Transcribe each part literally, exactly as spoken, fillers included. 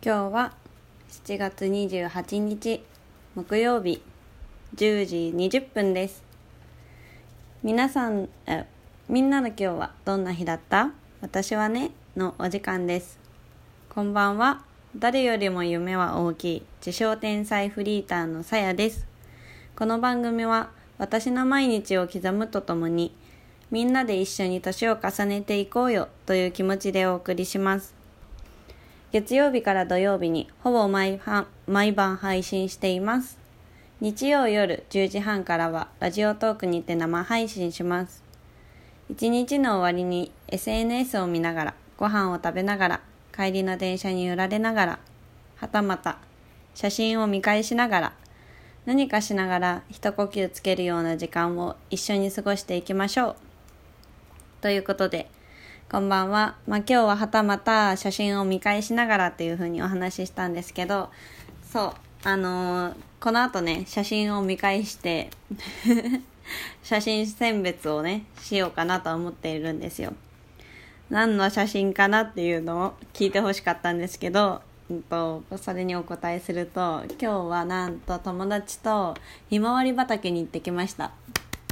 今日はしちがつにじゅうはちにち木曜日じゅうじにじゅっぷんです。皆さんえみんなの今日はどんな日だった？私はねのお時間です。こんばんは。誰よりも夢は大きい自称天才フリーターのさやです。この番組は私の毎日を刻むとともにみんなで一緒に年を重ねていこうよという気持ちでお送りします。月曜日から土曜日にほぼ 毎, 毎晩配信しています。日曜夜じゅうじはんからはラジオトークにて生配信します。一日の終わりに エスエヌエス を見ながら、ご飯を食べながら、帰りの電車に揺られながら、はたまた写真を見返しながら、何かしながら一呼吸つけるような時間を一緒に過ごしていきましょう。ということで、こんばんは。まあ、今日ははたまた写真を見返しながらっていう風にお話ししたんですけど、そう、あのー、この後ね、写真を見返して写真選別をね、しようかなと思っているんですよ。何の写真かなっていうのを聞いてほしかったんですけど、うんと、それにお答えすると、今日はなんと友達とひまわり畑に行ってきました。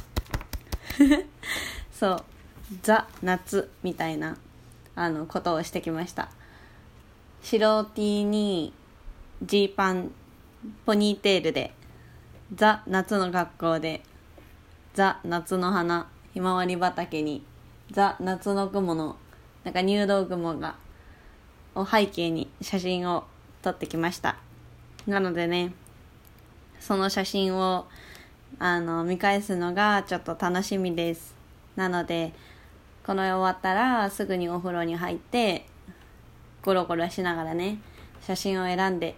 そう。ザ・夏みたいなあのことをしてきました。白 T にジーパンポニーテールでザ・夏の格好でザ・夏の花ひまわり畑にザ・夏の雲のなんか入道雲がを背景に写真を撮ってきました。なのでね、その写真をあの見返すのがちょっと楽しみです。なのでこの終わったらすぐにお風呂に入ってゴロゴロしながらね写真を選んで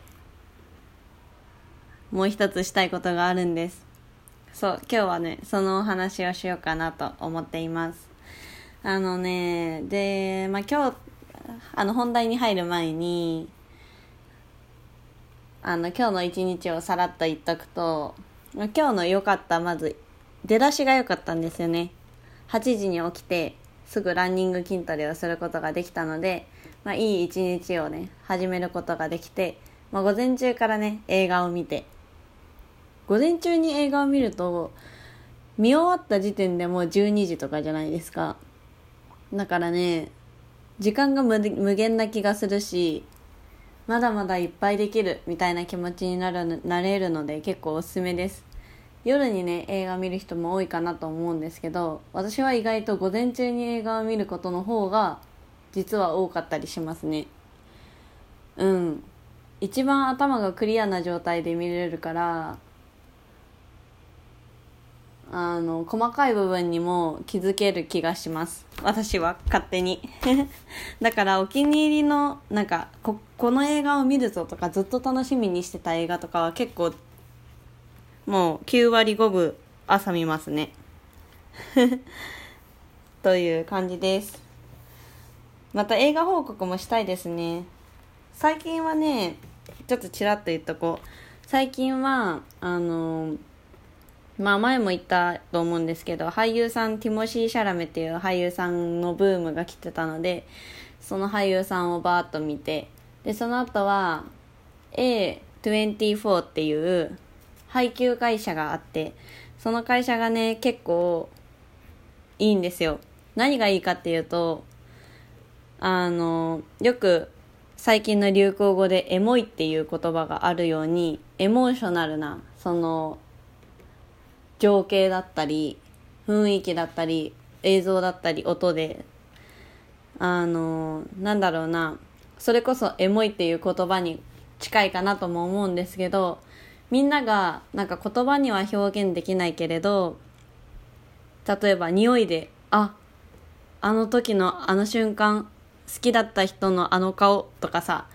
もう一つしたいことがあるんです。そう今日はねそのお話をしようかなと思っています。あのねでまあ今日あの本題に入る前にあの今日の一日をさらっと言っとくと、今日の良かったまず出だしが良かったんですよね。はちじに起きてすぐランニング筋トレをすることができたので、まあ、いい一日をね始めることができて、まあ、午前中からね映画を見て、午前中に映画を見ると見終わった時点でもうじゅうにじとかじゃないですか。だからね時間が 無, 無限な気がするし、まだまだいっぱいできるみたいな気持ちになるなれるので結構おすすめです。夜にね映画見る人も多いかなと思うんですけど、私は意外と午前中に映画を見ることの方が実は多かったりしますね。うん一番頭がクリアな状態で見れるから、あの細かい部分にも気づける気がします、私は勝手にだからお気に入りのなんか こ, この映画を見るぞとかずっと楽しみにしてた映画とかは結構もうきゅうわりごぶ朝見ますねという感じです。また映画報告もしたいですね。最近はねちょっとちらっと言っとこう。最近はあのまあ前も言ったと思うんですけど、俳優さんティモシー・シャラメっていう俳優さんのブームが来てたので、その俳優さんをバーッと見て、でその後は エーにじゅうよん っていう配給会社があって、その会社がね結構いいんですよ。何がいいかっていうと、あのよく最近の流行語でエモいっていう言葉があるように、エモーショナルなその情景だったり雰囲気だったり映像だったり音で、あのなんだろうな、それこそエモいっていう言葉に近いかなとも思うんですけど、みんながなんか言葉には表現できないけれど、例えば匂いで、あ、あの時のあの瞬間、好きだった人のあの顔とかさ、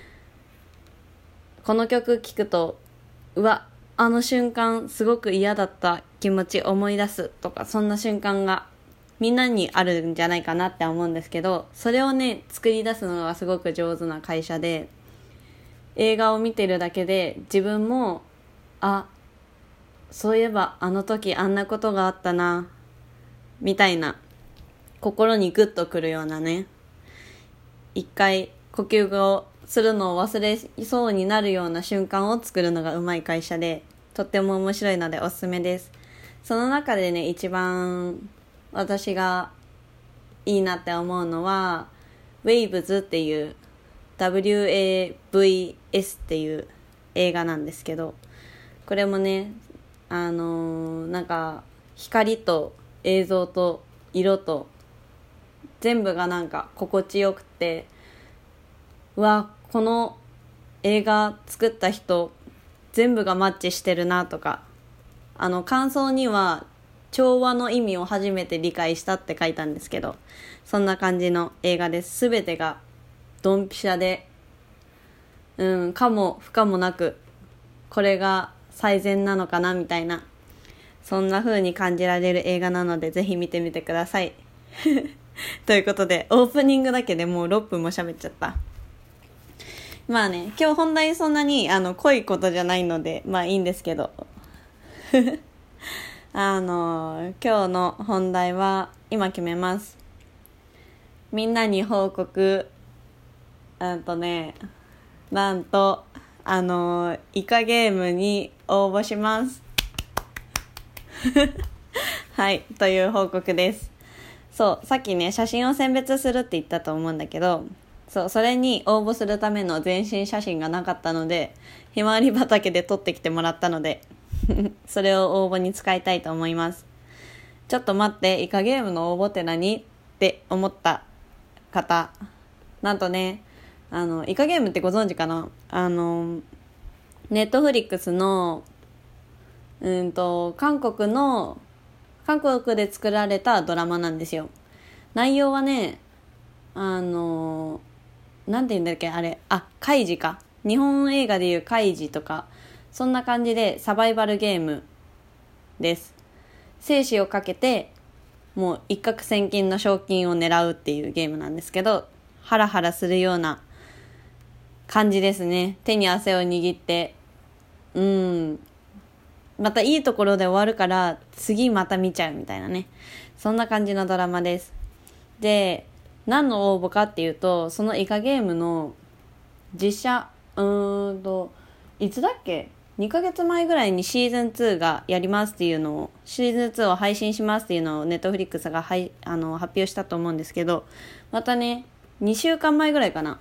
この曲聴くと、うわ、あの瞬間すごく嫌だった気持ち思い出すとか、そんな瞬間がみんなにあるんじゃないかなって思うんですけど、それをね作り出すのがすごく上手な会社で、映画を見てるだけで自分も、あ、そういえばあの時あんなことがあったなみたいな、心にグッとくるようなね、一回呼吸をするのを忘れそうになるような瞬間を作るのがうまい会社で、とっても面白いのでおすすめです。その中でね、一番私がいいなって思うのは Waves っていう ダブリューエーブイエス っていう映画なんですけど、これもね、あのー、なんか光と映像と色と全部がなんか心地よくて、うわ、この映画作った人全部がマッチしてるなとか、あの感想には調和の意味を初めて理解したって書いたんですけど、そんな感じの映画です。すべてがドンピシャで、うんかも不可もなく、これが最善なのかなみたいな、そんな風に感じられる映画なので、ぜひ見てみてくださいということで、オープニングだけでもうろっぷんも喋っちゃった。まあね、今日本題そんなにあの濃いことじゃないのでまあいいんですけどあの今日の本題は今決めます。みんなに報告。うんとねなんとあのイカゲームに応募しますはいという報告です。そうさっきね写真を選別するって言ったと思うんだけど、そうそれに応募するための全身写真がなかったので、ひまわり畑で撮ってきてもらったのでそれを応募に使いたいと思います。ちょっと待って、イカゲームの応募って何って思った方、なんとね、あのイカゲームってご存知かな。あのネットフリックスのうんと韓国の韓国で作られたドラマなんですよ。内容はね、あのなんて言うんだっけあれ、あ、カイジか。日本映画でいうカイジとか、そんな感じでサバイバルゲームです。生死をかけてもう一攫千金の賞金を狙うっていうゲームなんですけど、ハラハラするような感じですね。手に汗を握って、うんまたいいところで終わるから次また見ちゃうみたいなね、そんな感じのドラマです。で、何の応募かっていうと、そのイカゲームの実写、うーんといつだっけ、にかげつまえぐらいにシーズンツーがやりますっていうのを、シーズンツーを配信しますっていうのをネットフリックスがはいあの発表したと思うんですけど、またねにしゅうかんまえぐらいかな、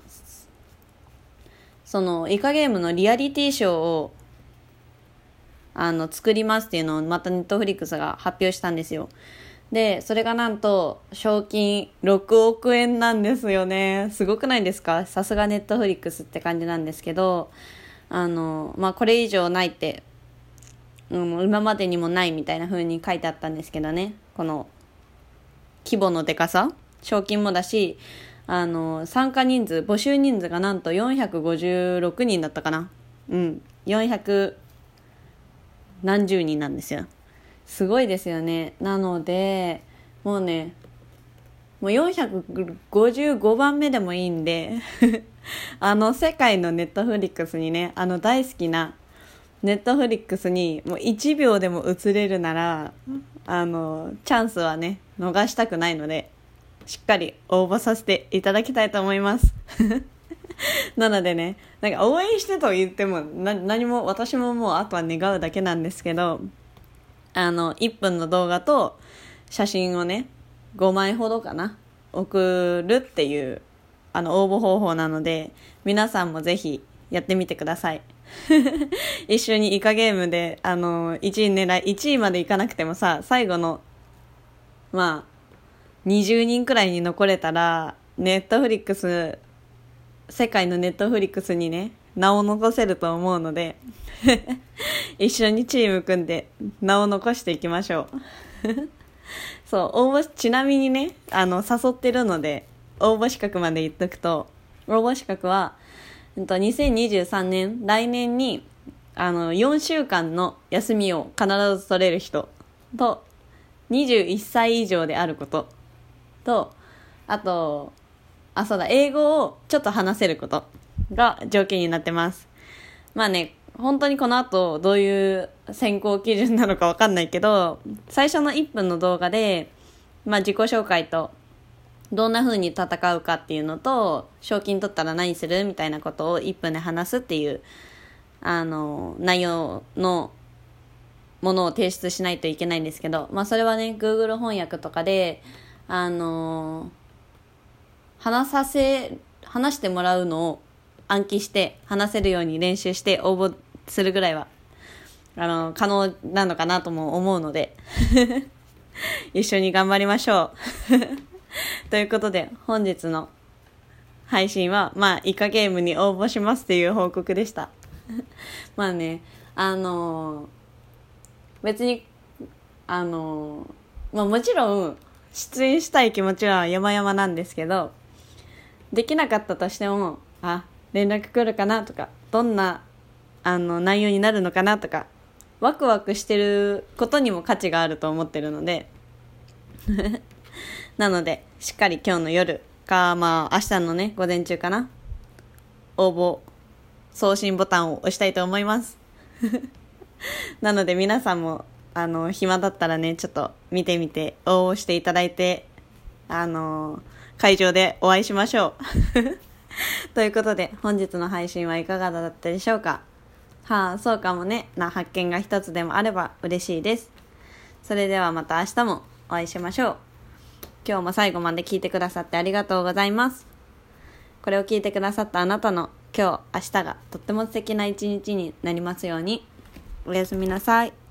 そのイカゲームのリアリティショーをあの作りますっていうのをまたネットフリックスが発表したんですよ。でそれがなんと賞金ろくおくえんなんですよね。すごくないですか。さすがネットフリックスって感じなんですけど、あのまあこれ以上ないって、うん、今までにもないみたいな風に書いてあったんですけどね、この規模のでかさ、賞金もだし、あの参加人数、募集人数がなんとよんひゃくごじゅうろくにんだったかな。うんよんひゃく何十人なんですよ。すごいですよね。なのでもうね、もうよんひゃくごじゅうごばんめでもいいんであの世界のネットフリックスにね、あの大好きなネットフリックスにもういちびょうでも映れるなら、あのチャンスはね逃したくないので、しっかり応募させていただきたいと思いますなのでね、なんか応援してと言ってもな何も、私ももうあとは願うだけなんですけど、あのいっぷんの動画と写真をねごまいほどかな送るっていうあの応募方法なので、皆さんもぜひやってみてください一緒にイカゲームであのいちい狙い、いちいまでいかなくてもさ、最後のまあにじゅうにんくらいに残れたら、ネットフリックス、世界のネットフリックスにね名を残せると思うので一緒にチーム組んで名を残していきましょうそう応募、ちなみにねあの誘ってるので応募資格まで言っとくと、応募資格はにせんにじゅうさんねん、来年にあのよんしゅうかんの休みを必ず取れる人と、にじゅういっさい以上であることと、あとあそうだ英語をちょっと話せることが条件になってます。まあね、本当にこの後どういう選考基準なのか分かんないけど、最初のいっぷんの動画で、まあ、自己紹介とどんな風に戦うかっていうのと、賞金取ったら何するみたいなことをいっぷんで話すっていうあの内容のものを提出しないといけないんですけど、まあそれはね Google 翻訳とかであの話させ話してもらうのを暗記して話せるように練習して応募するぐらいはあの可能なのかなとも思うので一緒に頑張りましょうということで本日の配信はまあイカゲームに応募しますっていう報告でしたまあねあの別にあのまあもちろん出演したい気持ちは山々なんですけど、できなかったとしてもあ連絡来るかなとかどんなあの内容になるのかなとかワクワクしてることにも価値があると思ってるのでなのでしっかり今日の夜かまあ明日のね午前中かな応募送信ボタンを押したいと思いますなので皆さんもあの暇だったらねちょっと見てみて応募していただいてあの会場でお会いしましょうということで本日の配信はいかがだったでしょうか。はあそうかもねな発見が一つでもあれば嬉しいです。それではまた明日もお会いしましょう。今日も最後まで聞いてくださってありがとうございます。これを聞いてくださったあなたの今日明日がとっても素敵な一日になりますように。おやすみなさい。